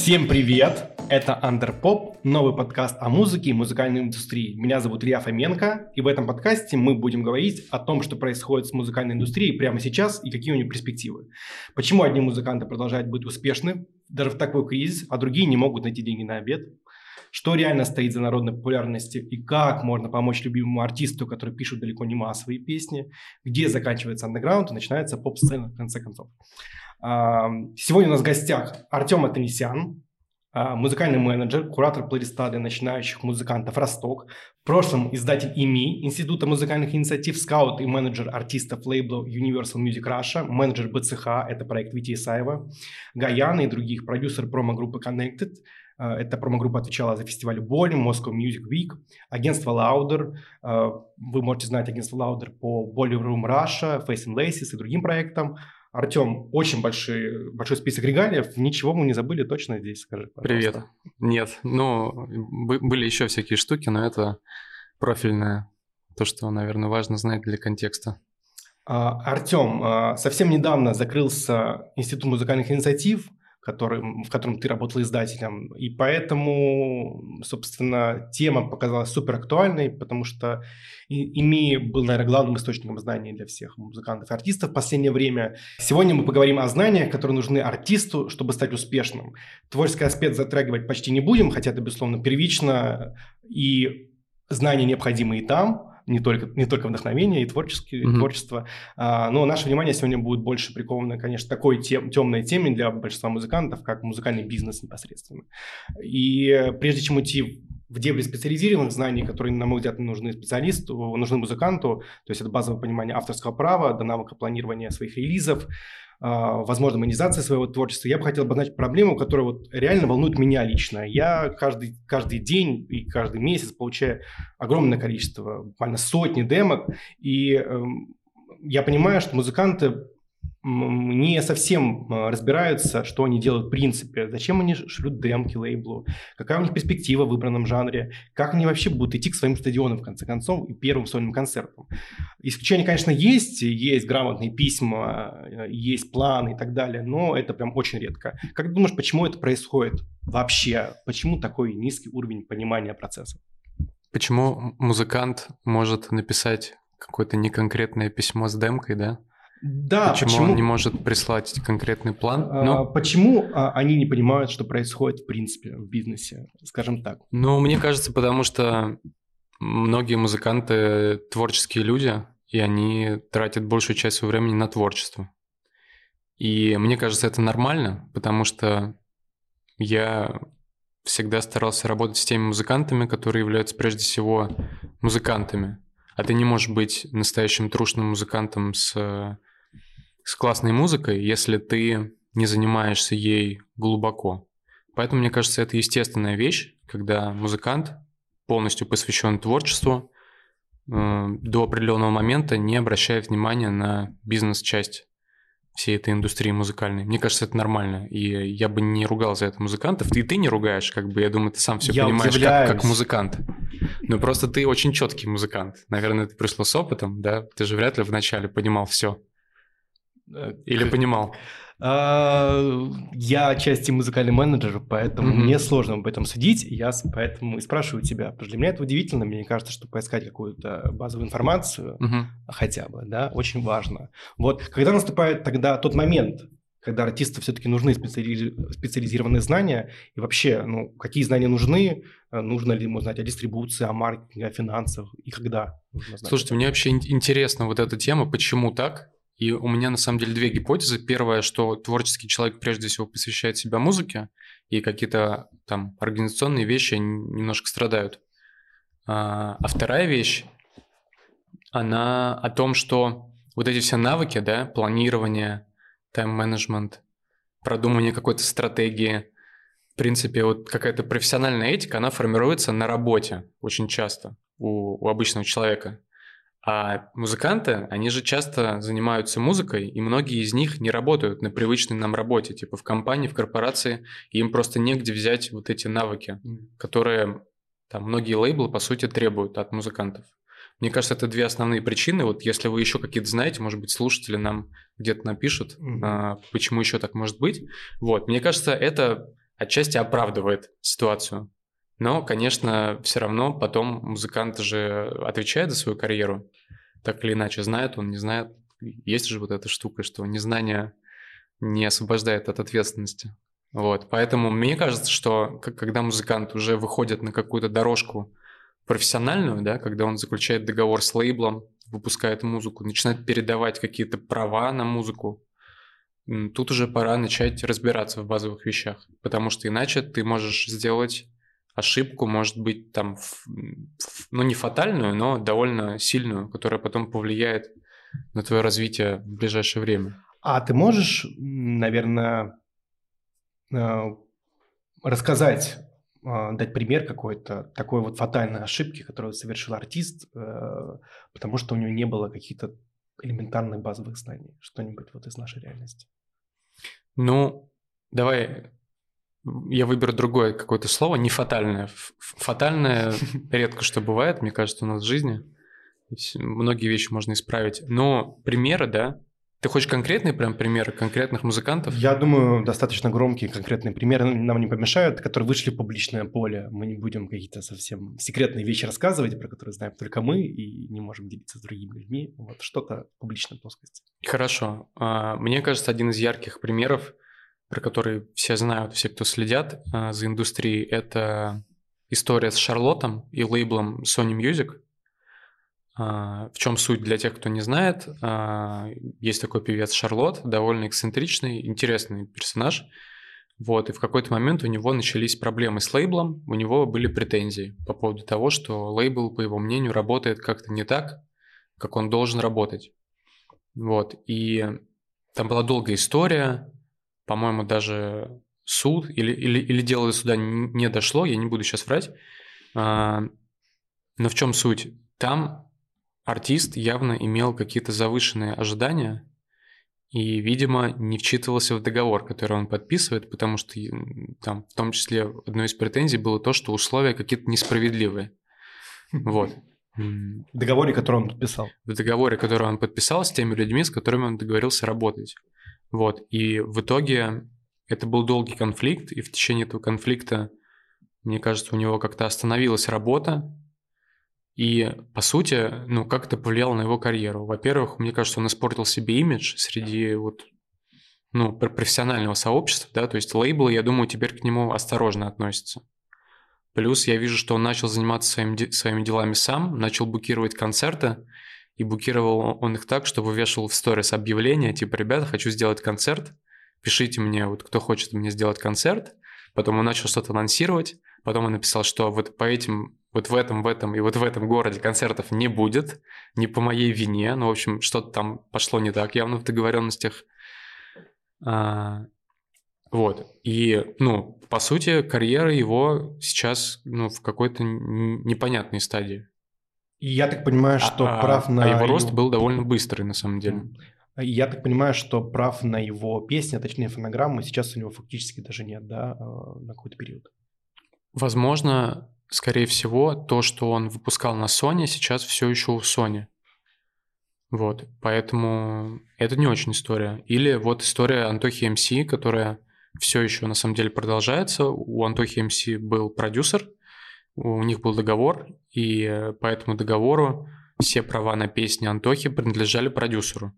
Всем привет! Это Андерпоп, новый подкаст о музыке и музыкальной индустрии. Меня зовут Илья Фоменко, и в этом подкасте мы будем говорить о том, что происходит с музыкальной индустрией прямо сейчас и какие у нее перспективы. Почему одни музыканты продолжают быть успешны даже в такой кризис, а другие не могут найти деньги на обед? Что реально стоит за народной популярностью и как можно помочь любимому артисту, который пишет далеко не массовые песни, где заканчивается андеграунд и начинается поп-сцена в конце концов. Сегодня у нас в гостях Артем Атанесян, музыкальный менеджер, куратор плейлиста для начинающих музыкантов «Росток», в прошлом издатель ИМИ, Института музыкальных инициатив, скаут и менеджер артистов лейбла Universal Music Russia, менеджер БЦХ, это проект Вити Исаева, Гаяна и других, продюсер промо-группы Connected, эта промо-группа отвечала за фестиваль Боль, Moscow Music Week, агентство Louder, вы можете знать агентство Louder по Ballroom Russia, Face and Laces и другим проектам. Артем, очень большой список регалиев, ничего мы не забыли точно здесь, скажи, пожалуйста. Привет. Нет, были еще всякие штуки, но это профильное, то, что, наверное, важно знать для контекста. Артем, совсем недавно закрылся Институт музыкальных инициатив, в котором ты работал издателем, и поэтому, собственно, тема показалась супер актуальной, потому что ИМИ был, наверное, главным источником знаний для всех музыкантов и артистов в последнее время. Сегодня мы поговорим о знаниях, которые нужны артисту, чтобы стать успешным. Творческий аспект затрагивать почти не будем, хотя это, безусловно, первично, и знания необходимы и там. Не только вдохновение и творчество, но наше внимание сегодня будет больше приковано, конечно, такой темной теме для большинства музыкантов, как музыкальный бизнес непосредственно. И прежде чем уйти в дебри специализированных знаний, которые, на мой взгляд, нужны музыканту, то есть это базовое понимание авторского права, до навыка планирования своих релизов, возможно, монетизация своего творчества, я бы хотел обозначить проблему, которая вот реально волнует меня лично. Я каждый день и каждый месяц получаю огромное количество, буквально сотни демок, и я понимаю, что музыканты не совсем разбираются, что они делают в принципе, зачем они шлют демки лейблу, какая у них перспектива в выбранном жанре, как они вообще будут идти к своим стадионам, в конце концов, и первым сольным концертам. Исключения, конечно, есть грамотные письма, есть планы и так далее, но это прям очень редко. Как ты думаешь, почему это происходит вообще? Почему такой низкий уровень понимания процесса? Почему музыкант может написать какое-то неконкретное письмо с демкой, да? Да, почему он не может прислать конкретный план? Почему они не понимают, что происходит в принципе в бизнесе, скажем так? Мне кажется, потому что многие музыканты творческие люди, и они тратят большую часть своего времени на творчество. И мне кажется, это нормально, потому что я всегда старался работать с теми музыкантами, которые являются прежде всего музыкантами. А ты не можешь быть настоящим трушным музыкантом с классной музыкой, если ты не занимаешься ей глубоко. Поэтому, мне кажется, это естественная вещь, когда музыкант полностью посвящен творчеству, до определенного момента не обращая внимания на бизнес-часть всей этой индустрии музыкальной. Мне кажется, это нормально, и я бы не ругал за это музыкантов. И ты не ругаешь, я думаю, ты сам все понимаешь, как музыкант. Но просто ты очень четкий музыкант. Наверное, это пришло с опытом, да? Ты же вряд ли вначале понимал все. Или понимал? Я отчасти музыкальный менеджер, поэтому мне сложно об этом судить. Я поэтому и спрашиваю тебя. Потому что для меня это удивительно. Мне кажется, что поискать какую-то базовую информацию хотя бы, да, очень важно. Вот когда наступает тогда тот момент, когда артисту все-таки нужны специализированные знания, и вообще, какие знания нужны, нужно ли ему знать о дистрибуции, о маркетинге, о финансах, и когда нужно знать? Слушайте, мне вообще интересна вот эта тема, почему так? И у меня на самом деле две гипотезы. Первая, что творческий человек прежде всего посвящает себя музыке, и какие-то там организационные вещи немножко страдают. А вторая вещь, она о том, что вот эти все навыки, да, планирование, тайм-менеджмент, продумывание какой-то стратегии, в принципе, вот какая-то профессиональная этика, она формируется на работе очень часто у обычного человека. А музыканты, они же часто занимаются музыкой, и многие из них не работают на привычной нам работе, типа в компании, в корпорации, и им просто негде взять вот эти навыки, которые там многие лейблы, по сути, требуют от музыкантов. Мне кажется, это две основные причины. Вот если вы еще какие-то знаете, может быть, слушатели нам где-то напишут, почему еще так может быть. Вот, мне кажется, это отчасти оправдывает ситуацию. Но, конечно, все равно потом музыкант же отвечает за свою карьеру, так или иначе, знает он, не знает. Есть же вот эта штука, что незнание не освобождает от ответственности. Вот. Поэтому мне кажется, что когда музыкант уже выходит на какую-то дорожку профессиональную, да, когда он заключает договор с лейблом, выпускает музыку, начинает передавать какие-то права на музыку, тут уже пора начать разбираться в базовых вещах, потому что иначе ты можешь сделать ошибку, может быть, там, ну, не фатальную, но довольно сильную, которая потом повлияет на твое развитие в ближайшее время. А ты можешь, наверное, рассказать, дать пример какой-то такой вот фатальной ошибки, которую совершил артист, потому что у него не было каких-то элементарных базовых знаний, что-нибудь вот из нашей реальности? Ну, давай я выберу другое какое-то слово, не фатальное. Фатальное редко что бывает, мне кажется, у нас в жизни. Многие вещи можно исправить. Но примеры, да? Ты хочешь конкретные прям примеры конкретных музыкантов? Я думаю, достаточно громкие конкретные примеры нам не помешают, которые вышли в публичное поле. Мы не будем какие-то совсем секретные вещи рассказывать, про которые знаем только мы и не можем делиться с другими людьми. Вот что-то в публичной плоскости. Хорошо. Мне кажется, один из ярких примеров, про который все знают, все, кто следят за индустрией, это история с Шарлотом и лейблом Sony Music. В чем суть для тех, кто не знает? Есть такой певец Шарлот, довольно эксцентричный, интересный персонаж. Вот, и в какой-то момент у него начались проблемы с лейблом, у него были претензии по поводу того, что лейбл, по его мнению, работает как-то не так, как он должен работать. Вот, и там была долгая история, по-моему, даже суд или дело до суда не дошло, я не буду сейчас врать. Но в чем суть? Там артист явно имел какие-то завышенные ожидания и, видимо, не вчитывался в договор, который он подписывает, потому что там в том числе одной из претензий было то, что условия какие-то несправедливые. Вот. В договоре, который он подписал. В договоре, который он подписал с теми людьми, с которыми он договорился работать. Вот. И в итоге это был долгий конфликт, и в течение этого конфликта, мне кажется, у него как-то остановилась работа, и, по сути, ну, как это повлияло на его карьеру? Во-первых, мне кажется, он испортил себе имидж среди вот, ну, профессионального сообщества, да, то есть лейблы, я думаю, теперь к нему осторожно относятся. Плюс я вижу, что он начал заниматься своими делами сам, начал букировать концерты, и букировал он их так, что вывешивал в сторис объявления, типа, ребята, хочу сделать концерт, пишите мне, вот кто хочет мне сделать концерт. Потом он начал что-то анонсировать, потом он написал, что вот по этим, вот в этом и вот в этом городе концертов не будет, не по моей вине, ну, в общем, что-то там пошло не так явно в договоренностях. Вот, и, ну, по сути, карьера его сейчас, ну, в какой-то непонятной стадии. И я так понимаю, что прав на... его рост был довольно быстрый, на самом деле. Я так понимаю, что прав на его песни, а точнее фонограммы, сейчас у него фактически даже нет, да, на какой-то период. Возможно, скорее всего, то, что он выпускал на Sony, сейчас все еще у Sony. Вот, поэтому это не очень история. Или вот история Антохи МС, которая все еще на самом деле продолжается. У Антохи МС был продюсер, у них был договор, и по этому договору все права на песни Антохи принадлежали продюсеру.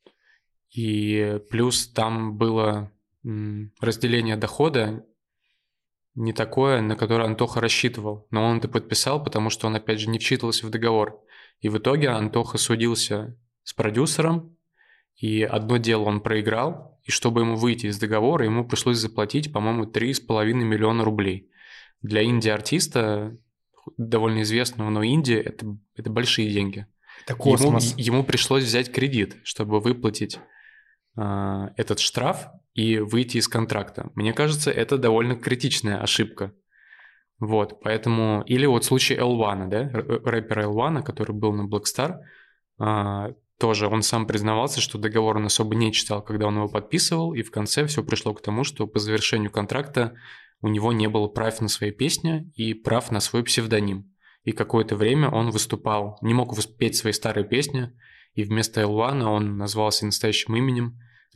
И плюс там было разделение дохода не такое, на которое Антоха рассчитывал. Но он это подписал, потому что он, опять же, не вчитывался в договор. И в итоге Антоха судился с продюсером, и одно дело он проиграл, и чтобы ему выйти из договора, ему пришлось заплатить, по-моему, 3,5 миллиона рублей. Для инди-артиста, довольно известного, но инди – это большие деньги. Это космос. Ему пришлось взять кредит, чтобы выплатить этот штраф и выйти из контракта. Мне кажется, это довольно критичная ошибка. Вот, поэтому... Или вот случай L1, да, рэпера L1, который был на Black Star, тоже он сам признавался, что договор он особо не читал, когда он его подписывал, и в конце все пришло к тому, что по завершению контракта у него не было прав на свои песни и прав на свой псевдоним. И какое-то время он выступал, не мог петь свои старые песни, и вместо L1 он назвался настоящим именем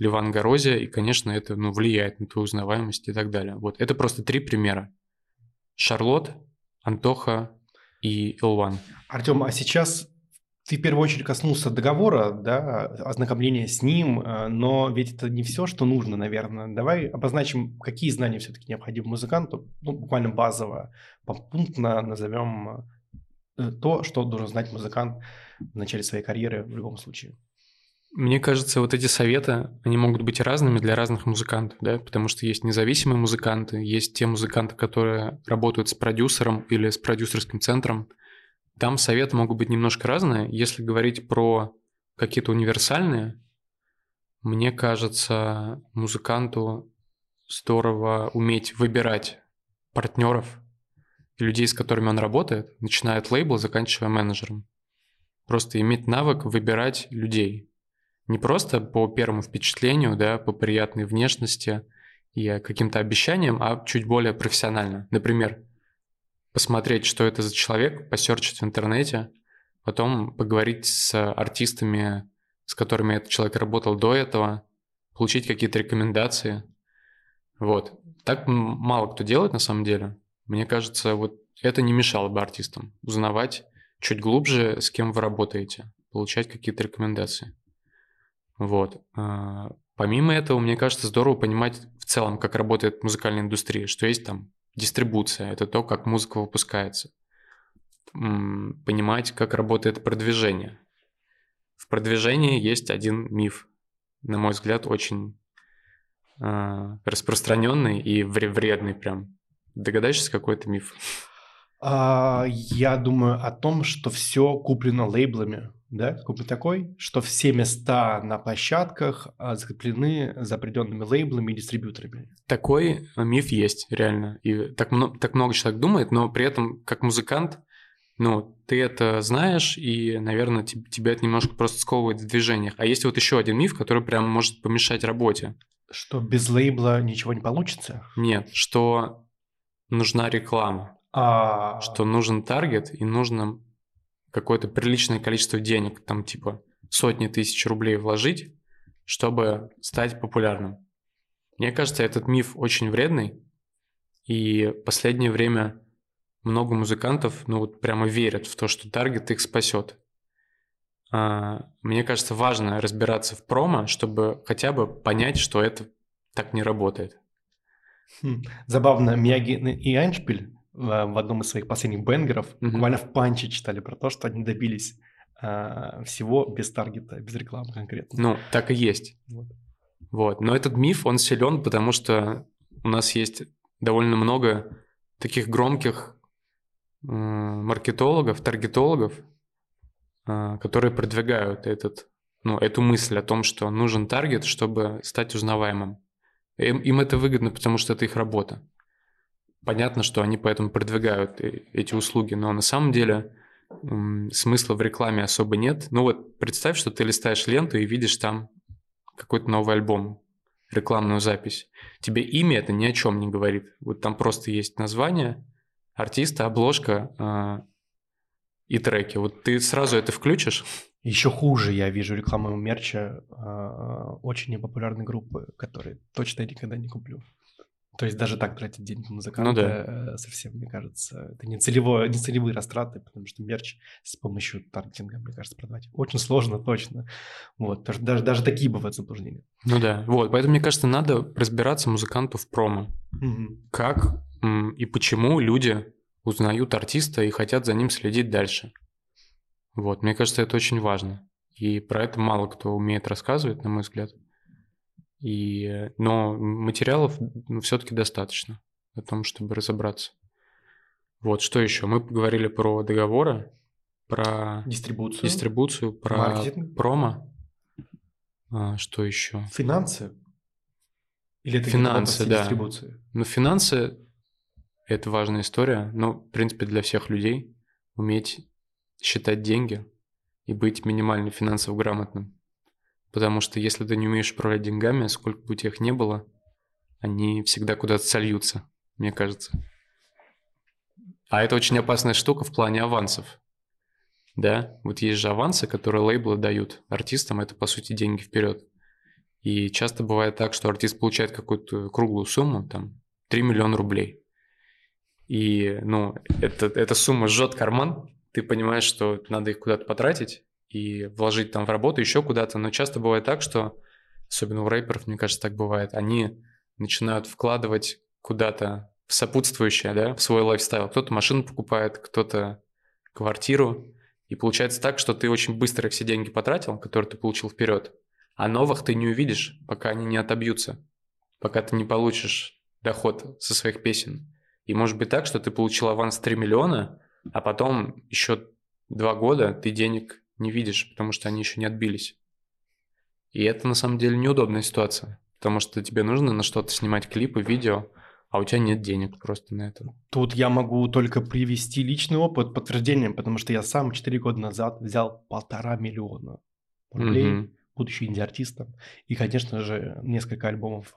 Ливан Горозия, и, конечно, это влияет на твою узнаваемость и так далее. Вот это просто 3 примера. Шарлот, Антоха и Илван. Артем, а сейчас ты в первую очередь коснулся договора, да, ознакомления с ним, но ведь это не все, что нужно, наверное. Давай обозначим, какие знания все-таки необходимы музыканту, буквально базово, попунктно назовем то, что должен знать музыкант в начале своей карьеры в любом случае. Мне кажется, вот эти советы, они могут быть разными для разных музыкантов, да, потому что есть независимые музыканты, есть те музыканты, которые работают с продюсером или с продюсерским центром. Там советы могут быть немножко разные. Если говорить про какие-то универсальные, мне кажется, музыканту здорово уметь выбирать партнеров и людей, с которыми он работает, начиная от лейбла, заканчивая менеджером. Просто иметь навык выбирать людей. Не просто по первому впечатлению, да, по приятной внешности и каким-то обещаниям, а чуть более профессионально. Например, посмотреть, что это за человек, посерчить в интернете, потом поговорить с артистами, с которыми этот человек работал до этого, получить какие-то рекомендации. Вот. Так мало кто делает на самом деле. Мне кажется, вот это не мешало бы артистам узнавать чуть глубже, с кем вы работаете, получать какие-то рекомендации. Вот. Помимо этого, мне кажется, здорово понимать в целом, как работает музыкальная индустрия, что есть там дистрибуция, это то, как музыка выпускается. Понимать, как работает продвижение. В продвижении есть один миф, на мой взгляд, очень распространенный и вредный прям. Догадаешься, какой это миф? Я думаю о том, что все куплено лейблами, да, куплен такой, что все места на площадках закреплены за определенными лейблами и дистрибьюторами. Такой миф есть, реально. И так много человек думает, но при этом, как музыкант, ты это знаешь, и, наверное, тебя это немножко просто сковывает в движениях. А есть вот еще один миф, который прям может помешать работе. Что без лейбла ничего не получится? Нет, что нужна реклама. Что нужен таргет и нужно какое-то приличное количество денег, там типа сотни тысяч рублей вложить, чтобы стать популярным. Мне кажется, этот миф очень вредный, и в последнее время много музыкантов прямо верят в то, что таргет их спасет. Мне кажется, важно разбираться в промо, чтобы хотя бы понять, что это так не работает. Забавно, Мияги и Эйншпиль в одном из своих последних бенгеров буквально в панче читали про то, что они добились всего без таргета, без рекламы конкретно. Так и есть. Вот. Но этот миф, он силен, потому что у нас есть довольно много таких громких маркетологов, таргетологов, которые продвигают эту мысль о том, что нужен таргет, чтобы стать узнаваемым. Им это выгодно, потому что это их работа. Понятно, что они поэтому продвигают эти услуги, но на самом деле смысла в рекламе особо нет. Представь, что ты листаешь ленту и видишь там какой-то новый альбом, рекламную запись. Тебе имя это ни о чем не говорит. Вот там просто есть название артиста, обложка и треки. Вот ты сразу это включишь. Еще хуже я вижу рекламу мерча очень непопулярной группы, которые точно никогда не куплю. То есть даже так тратить деньги музыканта совсем, мне кажется, это не целевые растраты, потому что мерч с помощью таргетинга, мне кажется, продавать очень сложно, точно. Вот, потому что даже такие бывают заблуждения. Поэтому, мне кажется, надо разбираться музыканту в промо. Как и почему люди узнают артиста и хотят за ним следить дальше. Мне кажется, это очень важно. И про это мало кто умеет рассказывать, на мой взгляд. Но материалов все-таки достаточно о том, чтобы разобраться. Что еще? Мы поговорили про договоры, про дистрибуцию, про маркетинг, промо. Что еще? Финансы? Или это финансы, да. Дистрибуции? Финансы – это важная история. В принципе, для всех людей уметь считать деньги и быть минимально финансово грамотным. Потому что если ты не умеешь управлять деньгами, сколько бы у тебя их не было, они всегда куда-то сольются, мне кажется. А это очень опасная штука в плане авансов. Да, есть же авансы, которые лейблы дают артистам, это по сути деньги вперед. И часто бывает так, что артист получает какую-то круглую сумму, там, 3 миллиона рублей. И, ну, эта сумма жжет карман, ты понимаешь, что надо их куда-то потратить и вложить там в работу, еще куда-то. Но часто бывает так, что, особенно у рэперов, мне кажется, так бывает, они начинают вкладывать куда-то в сопутствующее, да, в свой лайфстайл. Кто-то машину покупает, кто-то квартиру. И получается так, что ты очень быстро все деньги потратил, которые ты получил вперед, а новых ты не увидишь, пока они не отобьются, пока ты не получишь доход со своих песен. И может быть так, что ты получил аванс 3 миллиона, а потом еще 2 года ты денег не видишь, потому что они еще не отбились. И это на самом деле неудобная ситуация, потому что тебе нужно на что-то снимать клипы, видео, а у тебя нет денег просто на это. Тут я могу только привести личный опыт подтверждением, потому что я сам 4 года назад взял 1,5 миллиона рублей, будучи инди-артистом. И, конечно же, несколько альбомов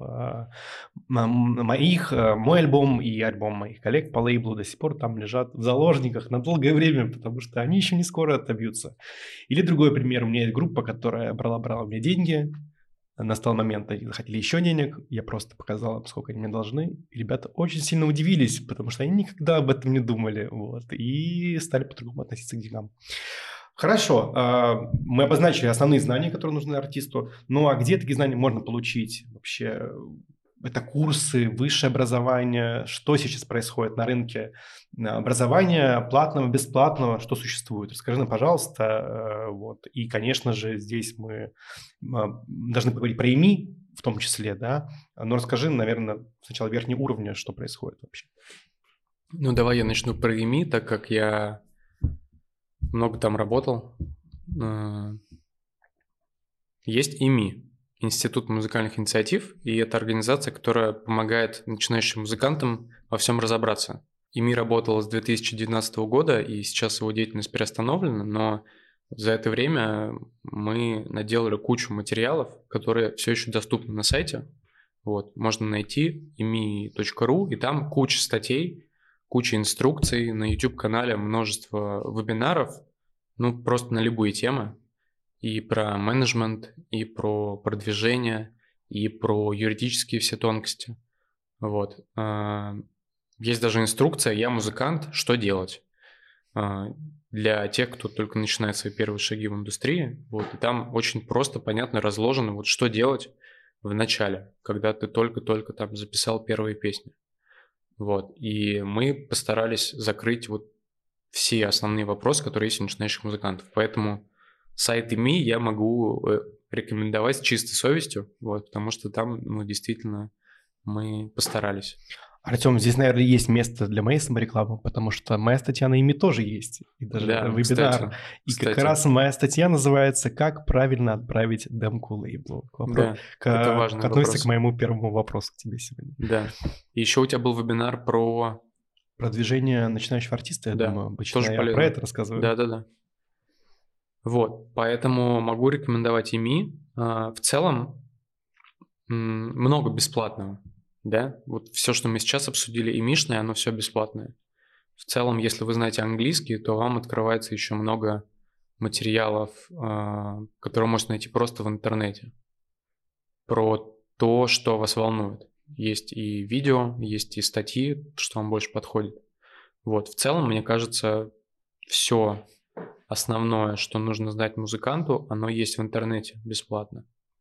моих, мой альбом и альбом моих коллег по лейблу до сих пор там лежат в заложниках на долгое время, потому что они еще не скоро отобьются. Или другой пример. У меня есть группа, которая брала у меня деньги. Настал момент, они захотели еще денег, я просто показал им, сколько они мне должны. И ребята очень сильно удивились, потому что они никогда об этом не думали. Вот, и стали по-другому относиться к деньгам. Хорошо, мы обозначили основные знания, которые нужны артисту. Ну а где такие знания можно получить вообще? Это курсы, высшее образование, что сейчас происходит на рынке образования, платного, бесплатного, что существует? Расскажи нам, пожалуйста. Вот. И, конечно же, здесь мы должны поговорить про ИМИ в том числе, да, но расскажи, наверное, сначала верхние уровни, что происходит вообще. Ну, давай я начну про ИМИ, так как я много там работал. Есть ИМИ, Институт музыкальных инициатив, и это организация, которая помогает начинающим музыкантам во всем разобраться. ИМИ работала с 2019 года, и сейчас его деятельность приостановлена, но за это время мы наделали кучу материалов, которые все еще доступны на сайте. Вот, можно найти imi.ru, и там куча статей, куча инструкций, на YouTube-канале множество вебинаров, ну, просто на любые темы. И про менеджмент, и про продвижение, и про юридические все тонкости. Вот. Есть даже инструкция «Я музыкант, что делать?» для тех, кто только начинает свои первые шаги в индустрии. Вот. И там очень просто, понятно разложено, вот что делать в начале, когда ты только-только там записал первые песни. Вот. И мы постарались закрыть вот все основные вопросы, которые есть у начинающих музыкантов. Поэтому сайт ИМИ я могу рекомендовать с чистой совестью, вот, потому что там, ну, действительно, мы постарались. Артем, здесь, наверное, есть место для моей саморекламы, потому что моя статья на ИМИ тоже есть, и даже вебинар. Кстати. Как раз моя статья называется «Как правильно отправить демку лейблу». Да, это важный относится вопрос. К моему первому вопросу к тебе сегодня. Да. И еще у тебя был вебинар про... Продвижение начинающего артиста, я думаю, обычно тоже я полезно. Про это рассказываю. Да. Вот, поэтому могу рекомендовать ИМИ. В целом много бесплатного. Да, вот все, что мы сейчас обсудили, ИМИшное, оно все бесплатное. В целом, если вы знаете английский, то вам открывается еще много материалов, которые можно найти просто в интернете. Про то, что вас волнует. Есть и видео, есть и статьи, что вам больше подходит. Вот, в целом, мне кажется, все основное, что нужно знать музыканту, оно есть в интернете бесплатно.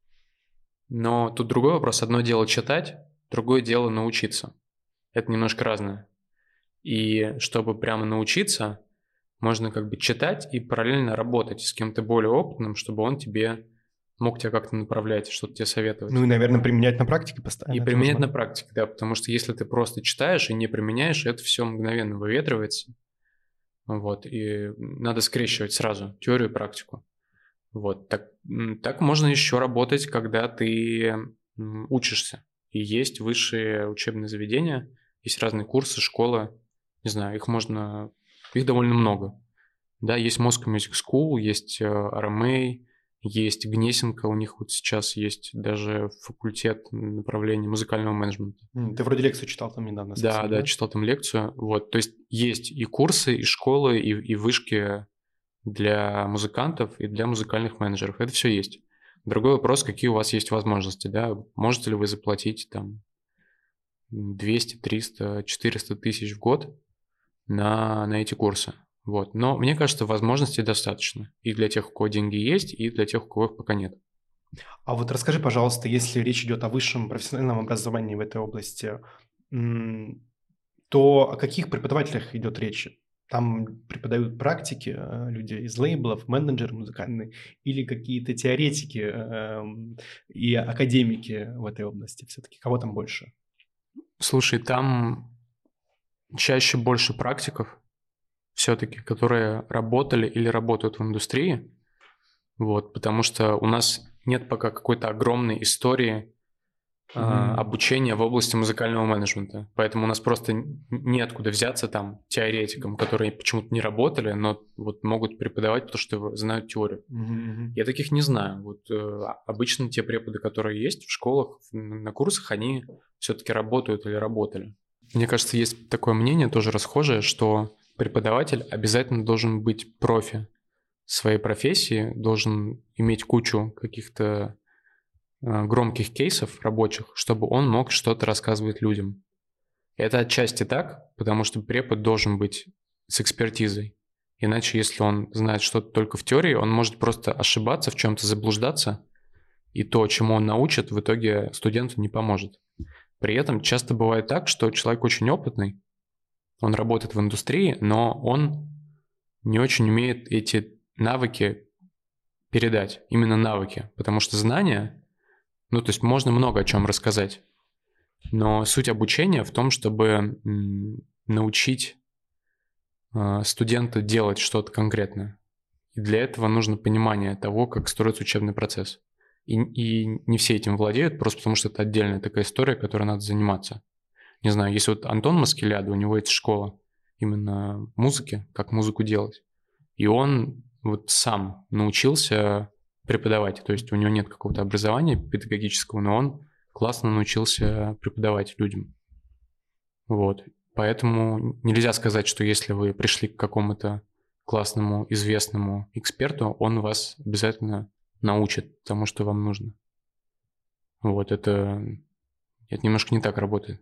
Но тут другой вопрос. Одно дело читать, другое дело научиться. Это немножко разное. И чтобы прямо научиться, можно как бы читать и параллельно работать с кем-то более опытным, чтобы он мог тебя как-то направлять, что-то тебе советовать. Ну и, наверное, применять на практике постоянно. И применять на практике, да, потому что если ты просто читаешь и не применяешь, это все мгновенно выветривается. Вот, и надо скрещивать сразу теорию и практику. Вот, так можно еще работать, когда ты учишься. И есть высшие учебные заведения, есть разные курсы, школы, не знаю, их довольно много. Да, есть Moscow Music School, есть RMA, есть Гнесинка, у них вот сейчас есть даже факультет направления музыкального менеджмента. Ты вроде лекцию читал там недавно. Да, читал там лекцию. Вот, то есть есть и курсы, и школы, и вышки для музыкантов и для музыкальных менеджеров. Это все есть. Другой вопрос, какие у вас есть возможности, да? Можете ли вы заплатить там 200, 300, 400 тысяч в год на эти курсы? Вот. Но мне кажется, возможностей достаточно. И для тех, у кого деньги есть, и для тех, у кого их пока нет. А вот расскажи, пожалуйста, если речь идет о высшем профессиональном образовании в этой области, то о каких преподавателях идет речь? Там преподают практики, люди из лейблов, менеджеры музыкальные или какие-то теоретики и академики в этой области все-таки? Кого там больше? Слушай, там чаще больше практиков все-таки, которые работали или работают в индустрии, вот, потому что у нас нет пока какой-то огромной истории обучения в области музыкального менеджмента. Поэтому у нас просто неоткуда взяться там теоретикам, которые почему-то не работали, но вот могут преподавать, потому что знают теорию. Я таких не знаю. Вот обычно те преподы, которые есть в школах, на курсах, они все-таки работают или работали. Мне кажется, есть такое мнение, тоже расхожее, что преподаватель обязательно должен быть профи своей профессии, должен иметь кучу каких-то громких кейсов рабочих, чтобы он мог что-то рассказывать людям. Это отчасти так, потому что препод должен быть с экспертизой. Иначе, если он знает что-то только в теории, он может просто ошибаться, в чем-то заблуждаться, и то, чему он научит, в итоге студенту не поможет. При этом часто бывает так, что человек очень опытный, он работает в индустрии, но он не очень умеет эти навыки передать, именно навыки, потому что знания, то есть можно много о чем рассказать, но суть обучения в том, чтобы научить студента делать что-то конкретное. И для этого нужно понимание того, как строится учебный процесс. И не все этим владеют, просто потому что это отдельная такая история, которой надо заниматься. Не знаю, если вот Антон Маскеляда, у него есть школа именно музыки, как музыку делать. И он вот сам научился преподавать. То есть у него нет какого-то образования педагогического, но он классно научился преподавать людям. Вот. Поэтому нельзя сказать, что если вы пришли к какому-то классному, известному эксперту, он вас обязательно научит тому, что вам нужно. Вот, это немножко не так работает.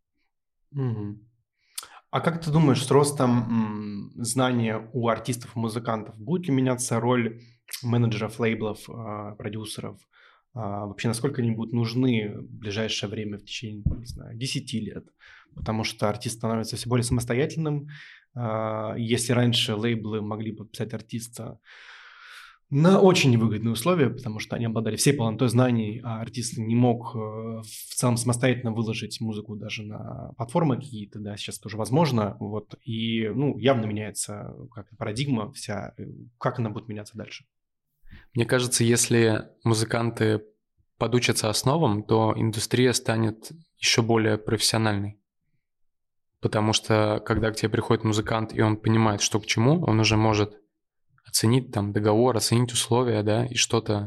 А как ты думаешь, с ростом знания у артистов и музыкантов будет ли меняться роль менеджеров, лейблов, продюсеров? Вообще, насколько они будут нужны в ближайшее время, в течение, не знаю, 10 лет? Потому что артист становится все более самостоятельным. Если раньше лейблы могли подписать артиста на очень невыгодные условия, потому что они обладали всей полнотой знаний, а артист не мог в целом самостоятельно выложить музыку даже на платформы какие-то, да, сейчас тоже возможно, вот, и, явно меняется как-то парадигма вся, как она будет меняться дальше? Мне кажется, если музыканты подучатся основам, то индустрия станет еще более профессиональной. Потому что, когда к тебе приходит музыкант, и он понимает, что к чему, он уже может оценить там договор, оценить условия, да, и что-то,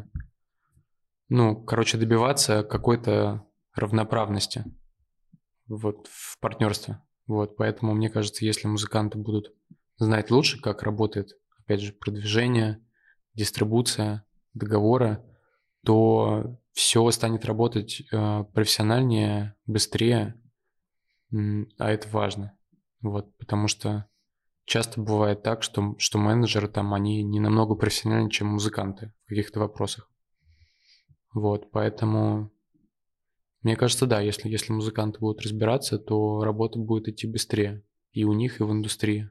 добиваться какой-то равноправности вот в партнерстве. Вот, поэтому мне кажется, если музыканты будут знать лучше, как работает, опять же, продвижение, дистрибуция, договоры, то все станет работать профессиональнее, быстрее, а это важно. Вот, потому что часто бывает так, что менеджеры там, они не намного профессиональнее, чем музыканты в каких-то вопросах. Вот, поэтому мне кажется, да, если музыканты будут разбираться, то работа будет идти быстрее и у них, и в индустрии.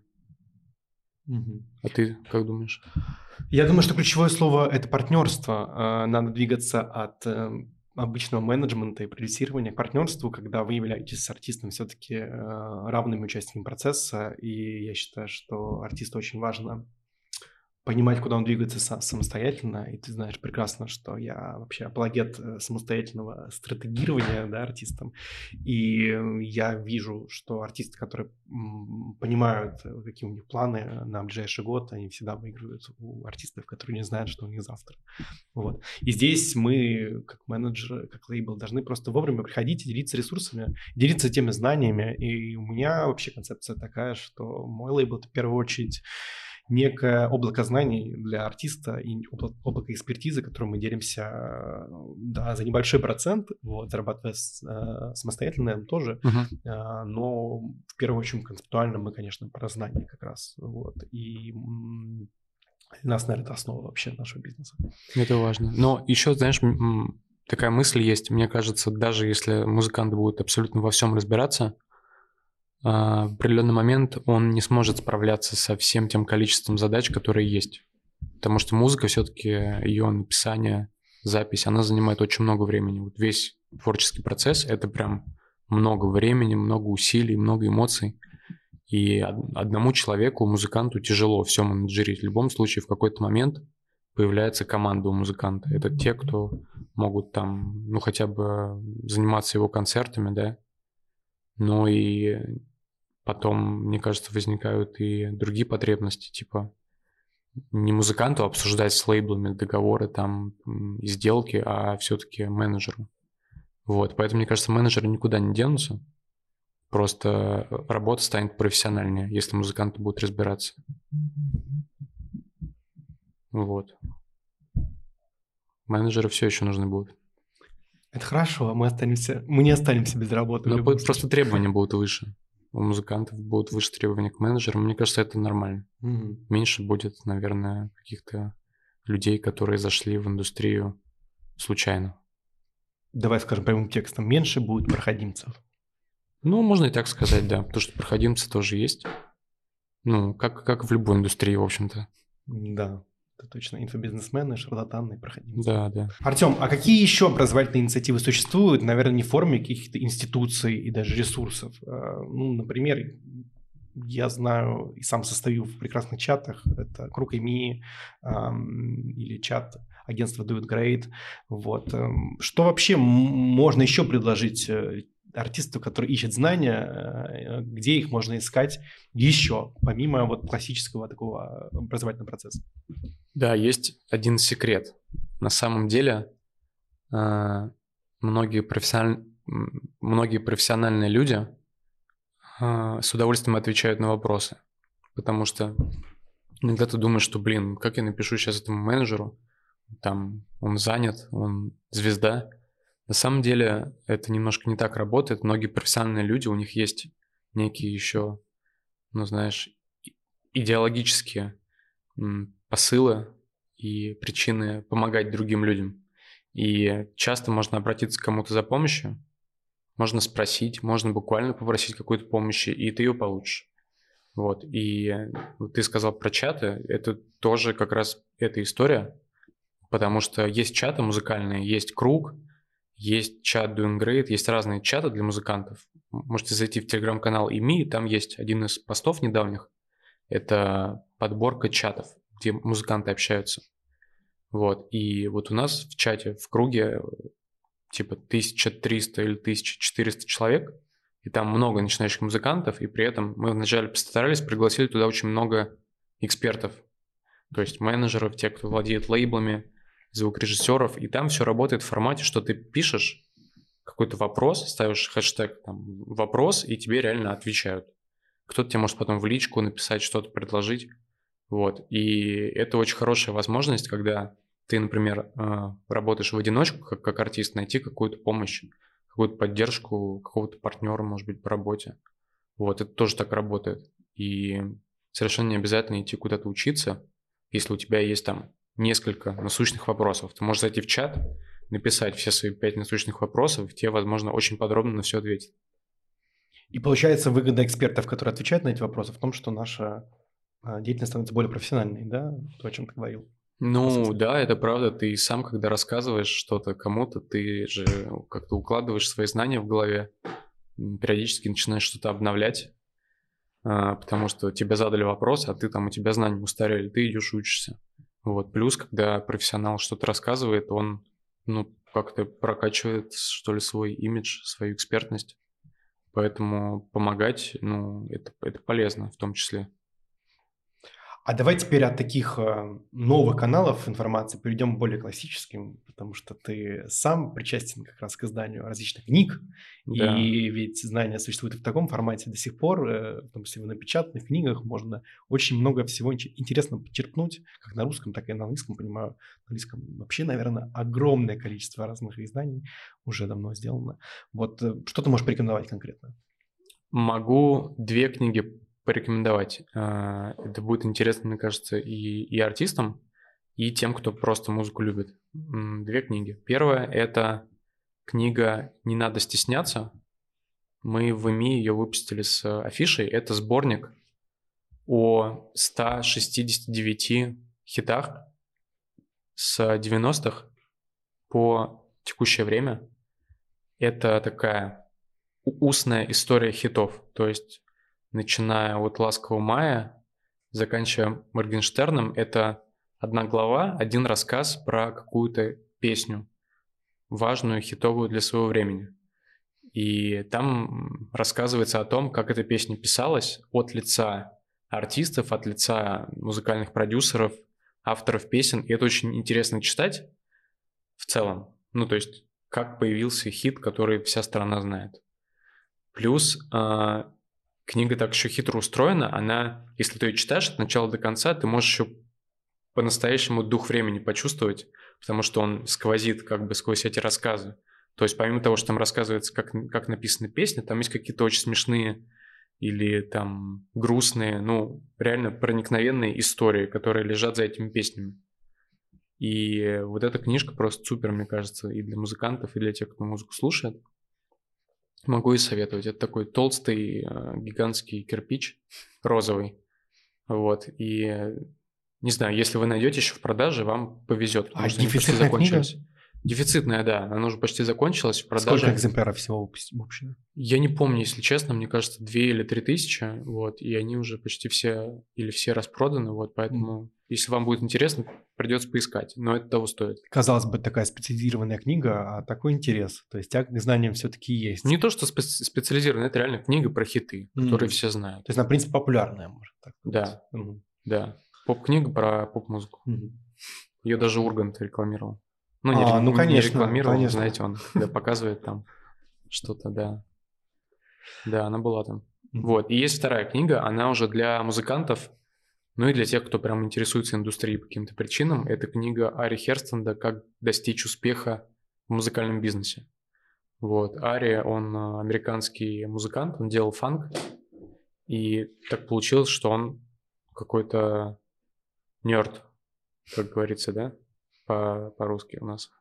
А ты как думаешь? Я думаю, что ключевое слово – это партнерство. Надо двигаться от обычного менеджмента и продюсирования к партнерству, когда вы являетесь с артистом все-таки равными участниками процесса. И я считаю, что артисту очень важно понимать, куда он двигается самостоятельно. И ты знаешь прекрасно, что я вообще апологет самостоятельного стратегирования, да, артистам. И я вижу, что артисты, которые понимают, какие у них планы на ближайший год, они всегда выигрывают у артистов, которые не знают, что у них завтра. Вот. И здесь мы, как менеджеры, как лейбл, должны просто вовремя приходить и делиться ресурсами, делиться теми знаниями. И у меня вообще концепция такая, что мой лейбл – это в первую очередь некое облако знаний для артиста и облако экспертизы, которым мы делимся, да, за небольшой процент, вот, зарабатывая самостоятельно, наверное, тоже, но в первую очередь концептуально мы, конечно, про знания как раз, вот, и для нас, наверное, это основа вообще нашего бизнеса. Это важно. Но еще, знаешь, такая мысль есть, мне кажется, даже если музыкант будет абсолютно во всем разбираться, в определенный момент он не сможет справляться со всем тем количеством задач, которые есть. Потому что музыка все-таки, ее написание, запись, она занимает очень много времени. Вот весь творческий процесс – это прям много времени, много усилий, много эмоций. И одному человеку, музыканту, тяжело все менеджерить. В любом случае, в какой-то момент появляется команда у музыканта. Это те, кто могут там, ну, хотя бы заниматься его концертами, да. Но и потом, мне кажется, возникают и другие потребности, типа не музыканту обсуждать с лейблами договоры там и сделки, а все-таки менеджеру. Вот, поэтому, мне кажется, менеджеры никуда не денутся. Просто работа станет профессиональнее, если музыканты будут разбираться. Вот. Менеджеры все еще нужны будут. Это хорошо, мы не останемся без работы. Но просто требования будут выше. У музыкантов будут выше требования к менеджерам. Мне кажется, это нормально. Меньше будет, наверное, каких-то людей, которые зашли в индустрию случайно. Давай скажем прямым текстом, меньше будет проходимцев. Ну, можно и так сказать, да, потому что проходимцы тоже есть. Ну, как в любой индустрии, в общем-то. Да, это точно. Инфобизнесмены, шарлатаны, проходимцы. Да. Артем, а какие еще образовательные инициативы существуют? Наверное, не в форме каких-то институций и даже ресурсов. Ну, например, я знаю и сам состою в прекрасных чатах. Это Круг ИМИ или чат агентства Do It Great. Вот. Что вообще можно еще предложить артисту, который ищет знания, где их можно искать еще, помимо вот классического такого образовательного процесса? Да, есть один секрет. На самом деле многие профессиональные люди с удовольствием отвечают на вопросы, потому что иногда ты думаешь, что, как я напишу сейчас этому менеджеру, там он занят, он звезда. На самом деле это немножко не так работает. Многие профессиональные люди, у них есть некие еще, ну знаешь, идеологические посылы и причины помогать другим людям. И часто можно обратиться к кому-то за помощью, можно спросить, можно буквально попросить какой-то помощи, и ты ее получишь. Вот. И ты сказал про чаты, это тоже как раз эта история, потому что есть чаты музыкальные, есть Круг, есть чат Doing Great, есть разные чаты для музыкантов. Можете зайти в телеграм-канал ИМИ, там есть один из постов недавних, это подборка чатов, где музыканты общаются. Вот. И вот у нас в чате, в Круге, типа 1300 или 1400 человек, и там много начинающих музыкантов, и при этом мы вначале постарались, пригласили туда очень много экспертов, то есть менеджеров, те, кто владеет лейблами, звукорежиссеров, и там все работает в формате, что ты пишешь какой-то вопрос, ставишь хэштег там, вопрос, и тебе реально отвечают. Кто-то тебе может потом в личку написать, что-то предложить. Вот. И это очень хорошая возможность, когда ты, например, работаешь в одиночку, как артист, найти какую-то помощь, какую-то поддержку какого-то партнера, может быть, по работе. Вот, это тоже так работает. И совершенно не обязательно идти куда-то учиться, если у тебя есть там несколько насущных вопросов. Ты можешь зайти в чат, написать все свои 5 насущных вопросов, и тебе, возможно, очень подробно на все ответят. И получается, выгода экспертов, которые отвечают на эти вопросы, в том, что наша деятельность становится более профессиональной, да? То, о чем ты говорил. Ну, да, это правда. Ты сам, когда рассказываешь что-то кому-то, ты же как-то укладываешь свои знания в голове, периодически начинаешь что-то обновлять, потому что тебе задали вопрос, а ты там, у тебя знания устарели, ты идешь и учишься. Вот. Плюс, когда профессионал что-то рассказывает, он, как-то прокачивает, что ли, свой имидж, свою экспертность. Поэтому помогать, это полезно в том числе. А давай теперь от таких новых каналов информации перейдем к более классическим, потому что ты сам причастен как раз к изданию различных книг, Да. и ведь знания существуют и в таком формате до сих пор, в том числе в напечатанных книгах можно очень много всего интересного почерпнуть, как на русском, так и на английском, понимаю. На английском вообще, наверное, огромное количество разных изданий уже давно сделано. Вот что ты можешь порекомендовать конкретно? Могу 2 книги порекомендовать. Это будет интересно, мне кажется, и артистам, и тем, кто просто музыку любит. 2 книги. Первая – это книга «Не надо стесняться». Мы в ИМИ ее выпустили с афишей. Это сборник о 169 хитах с 90-х по текущее время. Это такая устная история хитов, то есть начиная от «Ласкового мая», заканчивая Моргенштерном, это одна глава, один рассказ про какую-то песню, важную, хитовую для своего времени. И там рассказывается о том, как эта песня писалась от лица артистов, от лица музыкальных продюсеров, авторов песен. И это очень интересно читать в целом. Ну, то есть, как появился хит, который вся страна знает. Плюс книга так еще хитро устроена, она, если ты ее читаешь от начала до конца, ты можешь еще по-настоящему дух времени почувствовать, потому что он сквозит как бы сквозь эти рассказы. То есть помимо того, что там рассказывается, как написана песня, там есть какие-то очень смешные или там грустные, ну, реально проникновенные истории, которые лежат за этими песнями. И вот эта книжка просто супер, мне кажется, и для музыкантов, и для тех, кто музыку слушает. Могу и советовать. Это такой толстый, гигантский кирпич, розовый. Вот. И не знаю, если вы найдете еще в продаже, вам повезет, потому что они почти дефицитная книга? закончились. Дефицитная, да. Она уже почти закончилась в продаже. Сколько экземпляров всего выпущено? Я не помню, если честно, мне кажется, 2 или 3 тысячи, вот, и они уже почти все или все распроданы, вот, поэтому, если вам будет интересно, придется поискать, но это того стоит. Казалось бы, такая специализированная книга, а такой интерес. То есть тяга к знаниям все-таки есть. Не то, что специализированная, это реально книга про хиты, которые все знают. То есть она, в принципе, популярная, может так сказать. Да, да. Поп-книга про поп-музыку. Ее даже Ургант рекламировал. Ну, не конечно, рекламировал, конечно. знаете, он показывает там что-то, да. Да, она была там. Вот. И есть вторая книга, она уже для музыкантов, ну и для тех, кто прям интересуется индустрией по каким-то причинам. Это книга Ари Херстенда «Как достичь успеха в музыкальном бизнесе». Вот. Ари, он американский музыкант, он делал фанк, и так получилось, что он какой-то нерд, как говорится, да, по-русски у нас.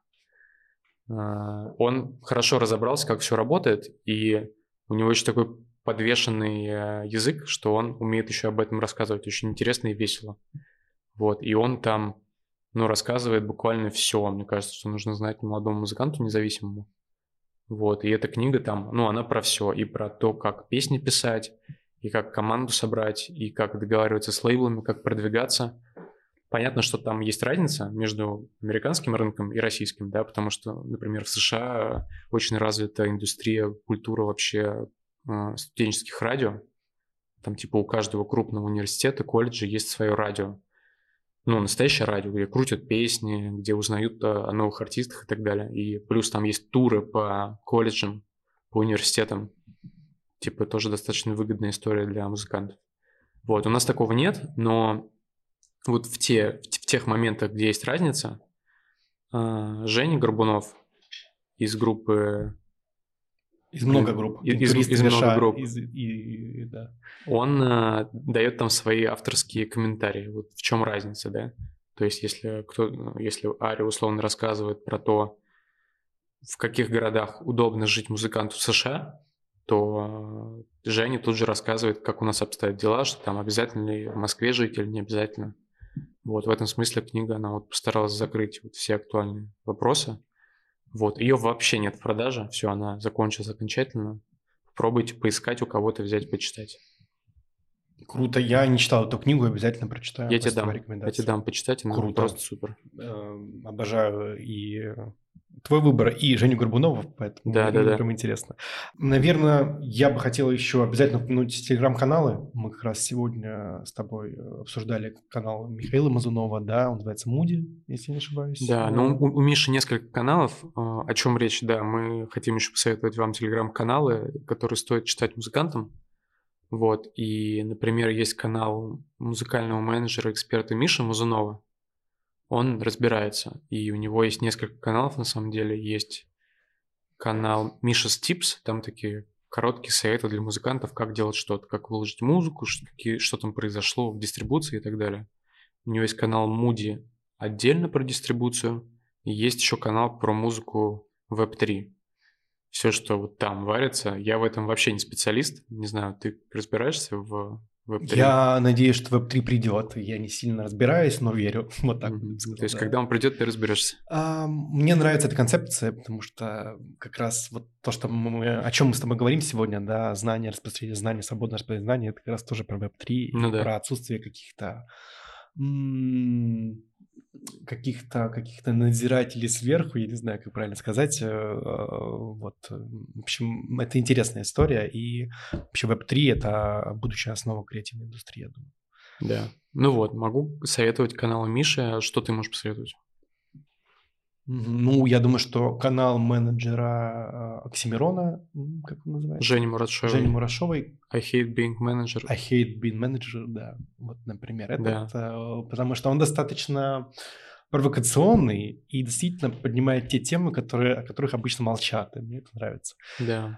Он хорошо разобрался, как все работает, и у него еще такой подвешенный язык, что он умеет еще об этом рассказывать очень интересно и весело. Вот, и он там, ну, рассказывает буквально все, мне кажется, что нужно знать молодому музыканту независимому. Вот, и эта книга там, ну, она про все, и про то, как песни писать, и как команду собрать, и как договариваться с лейблами, как продвигаться. Понятно, что там есть разница между американским рынком и российским, да, потому что, например, в США очень развита индустрия, культура вообще студенческих радио. Там типа у каждого крупного университета, колледжа есть свое радио. Ну, настоящее радио, где крутят песни, где узнают о новых артистах и так далее. И плюс там есть туры по колледжам, по университетам. Типа тоже достаточно выгодная история для музыкантов. Вот, у нас такого нет, но вот в тех моментах, где есть разница, Женя Горбунов из группы... Из много групп. Из много групп. Да. Он дает там свои авторские комментарии. Вот в чем разница, да? То есть если Ари условно рассказывает про то, в каких городах удобно жить музыканту в США, то Женя тут же рассказывает, как у нас обстоят дела, что там обязательно ли в Москве жить или не обязательно. Вот в этом смысле книга, она вот постаралась закрыть вот все актуальные вопросы. Вот, ее вообще нет в продаже, все, она закончилась окончательно. Попробуйте поискать у кого-то, взять, почитать. Круто. Я не читал эту книгу, обязательно прочитаю Я тебе после твоей дам. Я тебе рекомендации. дам почитать, она Круто. просто супер. Обожаю и твой выбор, и Женю Горбунова, поэтому мне Да. прям интересно. Наверное, я бы хотел еще обязательно упомянуть телеграм-каналы. Мы как раз сегодня с тобой обсуждали канал Михаила Мазунова, да, он называется «Муди», если не ошибаюсь. Да, ну у Миши несколько каналов. О чем речь? Да, мы хотим еще посоветовать вам телеграм-каналы, которые стоит читать музыкантам. Вот, и, например, есть канал музыкального менеджера, эксперта Миши Мазунова. Он разбирается, и у него есть несколько каналов, на самом деле. Есть канал Миша's Tips, там такие короткие советы для музыкантов, как делать что-то, как выложить музыку, что там произошло в дистрибуции и так далее. У него есть канал Moody отдельно про дистрибуцию, и есть еще канал про музыку Web3. Все, что вот там варится, я в этом вообще не специалист, не знаю, ты разбираешься в Web3? Я надеюсь, что Web3 придет. Я не сильно разбираюсь, но верю. Вот так вот я бы сказал, То есть, да. когда он придет, ты разберешься. Мне нравится эта концепция, потому что как раз вот то, что о чем мы с тобой говорим сегодня, да, знание, распространение знаний, свободное распространение знаний, это как раз тоже про Web3 Ну и да. про отсутствие каких-то надзирателей сверху, я не знаю, как правильно сказать. Вот, в общем, это интересная история, и вообще Web3 – это будущая основа креативной индустрии, я думаю. Да. Ну вот, могу советовать канал Миши. А что ты можешь посоветовать? Ну, я думаю, что канал менеджера Оксимирона, как он называется? Жени Мурашовой. Жени Мурашовой. I hate being manager. I hate being manager, да. Вот, например, Да. потому что он достаточно провокационный и действительно поднимает те темы, о которых обычно молчат, и мне это нравится. Да.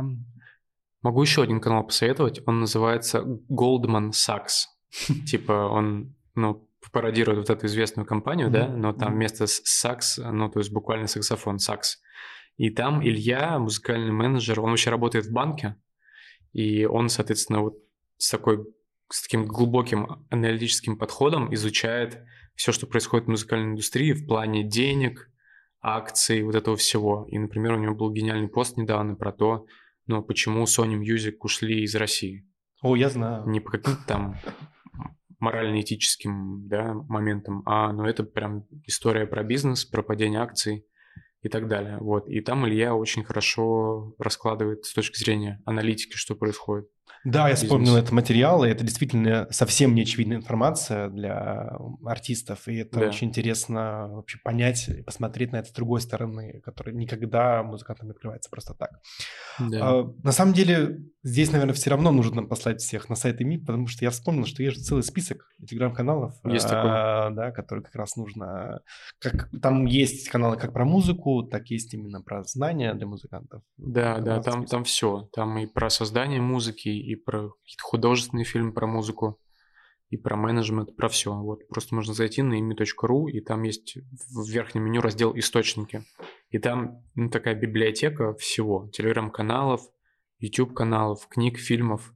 Могу еще один канал посоветовать. Он называется Goldman Sachs. Типа он, пародирует вот эту известную компанию, да, но там вместо сакс, то есть буквально саксофон, сакс. И там Илья, музыкальный менеджер, он вообще работает в банке, и он, соответственно, вот с таким глубоким аналитическим подходом изучает все, что происходит в музыкальной индустрии в плане денег, акций, вот этого всего. И, например, у него был гениальный пост недавно про то, почему Sony Music ушли из России. О, я знаю. Не по каким-то там морально-этическим, да, моментам, это прям история про бизнес, про падение акций и так далее. Вот. И там Илья очень хорошо раскладывает с точки зрения аналитики, что происходит. Да, я вспомнил этот материал, и это действительно совсем неочевидная информация для артистов, и это очень интересно вообще понять и посмотреть на это с другой стороны, которая никогда музыкантам не открывается просто так. Да. На самом деле, здесь, наверное, все равно нужно послать всех на сайт ИМИ, потому что я вспомнил, что есть же целый список телеграм-каналов, да, которые как раз нужно... Там есть каналы как про музыку, так есть именно про знания для музыкантов. Да, там все. Там и про создание музыки, и про какие-то художественные фильмы про музыку, и про менеджмент, про все. Вот просто можно зайти на imi.ru, и там есть в верхнем меню раздел «Источники». И там такая библиотека всего. Телеграм-каналов, YouTube-каналов, книг, фильмов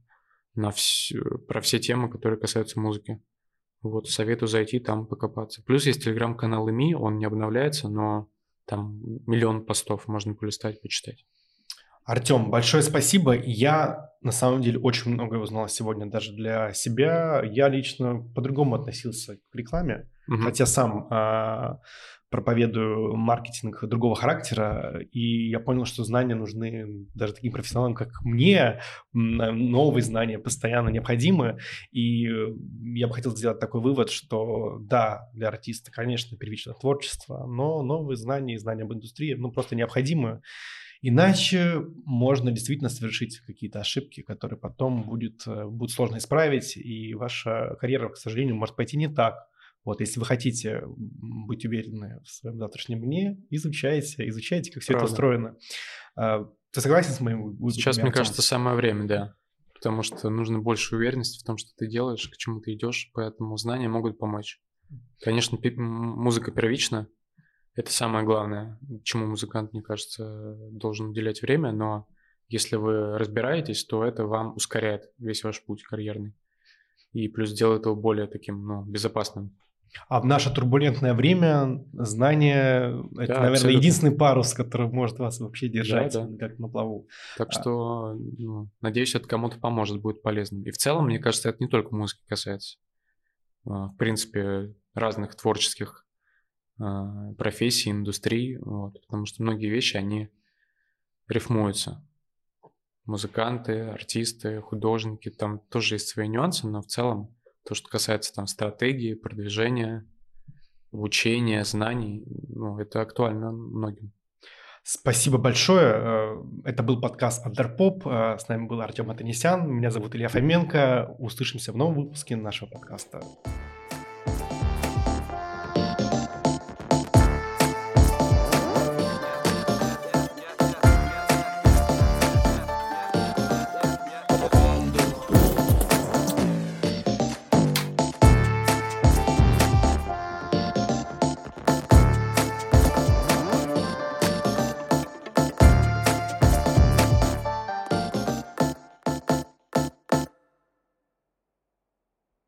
про все темы, которые касаются музыки. Вот, советую зайти там покопаться. Плюс есть телеграм-канал ИМИ, он не обновляется, но там миллион постов можно полистать, почитать. Артем, большое спасибо. Я, на самом деле, очень многое узнал сегодня даже для себя. Я лично по-другому относился к рекламе, хотя сам проповедую маркетинг другого характера, и я понял, что знания нужны даже таким профессионалам, как мне. Новые знания постоянно необходимы, и я бы хотел сделать такой вывод, что да, для артиста, конечно, первично творчество, но новые знания и знания об индустрии просто необходимы. Иначе можно действительно совершить какие-то ошибки, которые потом будет сложно исправить, и ваша карьера, к сожалению, может пойти не так. Вот, если вы хотите быть уверены в своем завтрашнем дне, изучайте, как все это устроено. Ты согласен с моим выводом? Сейчас, мне кажется, самое время, да. Потому что нужно больше уверенности в том, что ты делаешь, к чему ты идешь, поэтому знания могут помочь. Конечно, музыка первична. Это самое главное, чему музыкант, мне кажется, должен уделять время, но если вы разбираетесь, то это вам ускоряет весь ваш путь карьерный и плюс делает его более таким, безопасным. А в наше турбулентное время знание – это, Да, наверное, абсолютно. единственный парус, который может вас вообще держать Да. как на плаву. Так что, надеюсь, это кому-то поможет, будет полезным. И в целом, мне кажется, это не только музыки касается. В принципе, разных творческих профессий, индустрий, вот, потому что многие вещи, они рифмуются. Музыканты, артисты, художники, там тоже есть свои нюансы, но в целом то, что касается там стратегии, продвижения, обучения, знаний, это актуально многим. Спасибо большое. Это был подкаст «Андерпоп». С нами был Артем Атанесян. Меня зовут Илья Фоменко. Услышимся в новом выпуске нашего подкаста.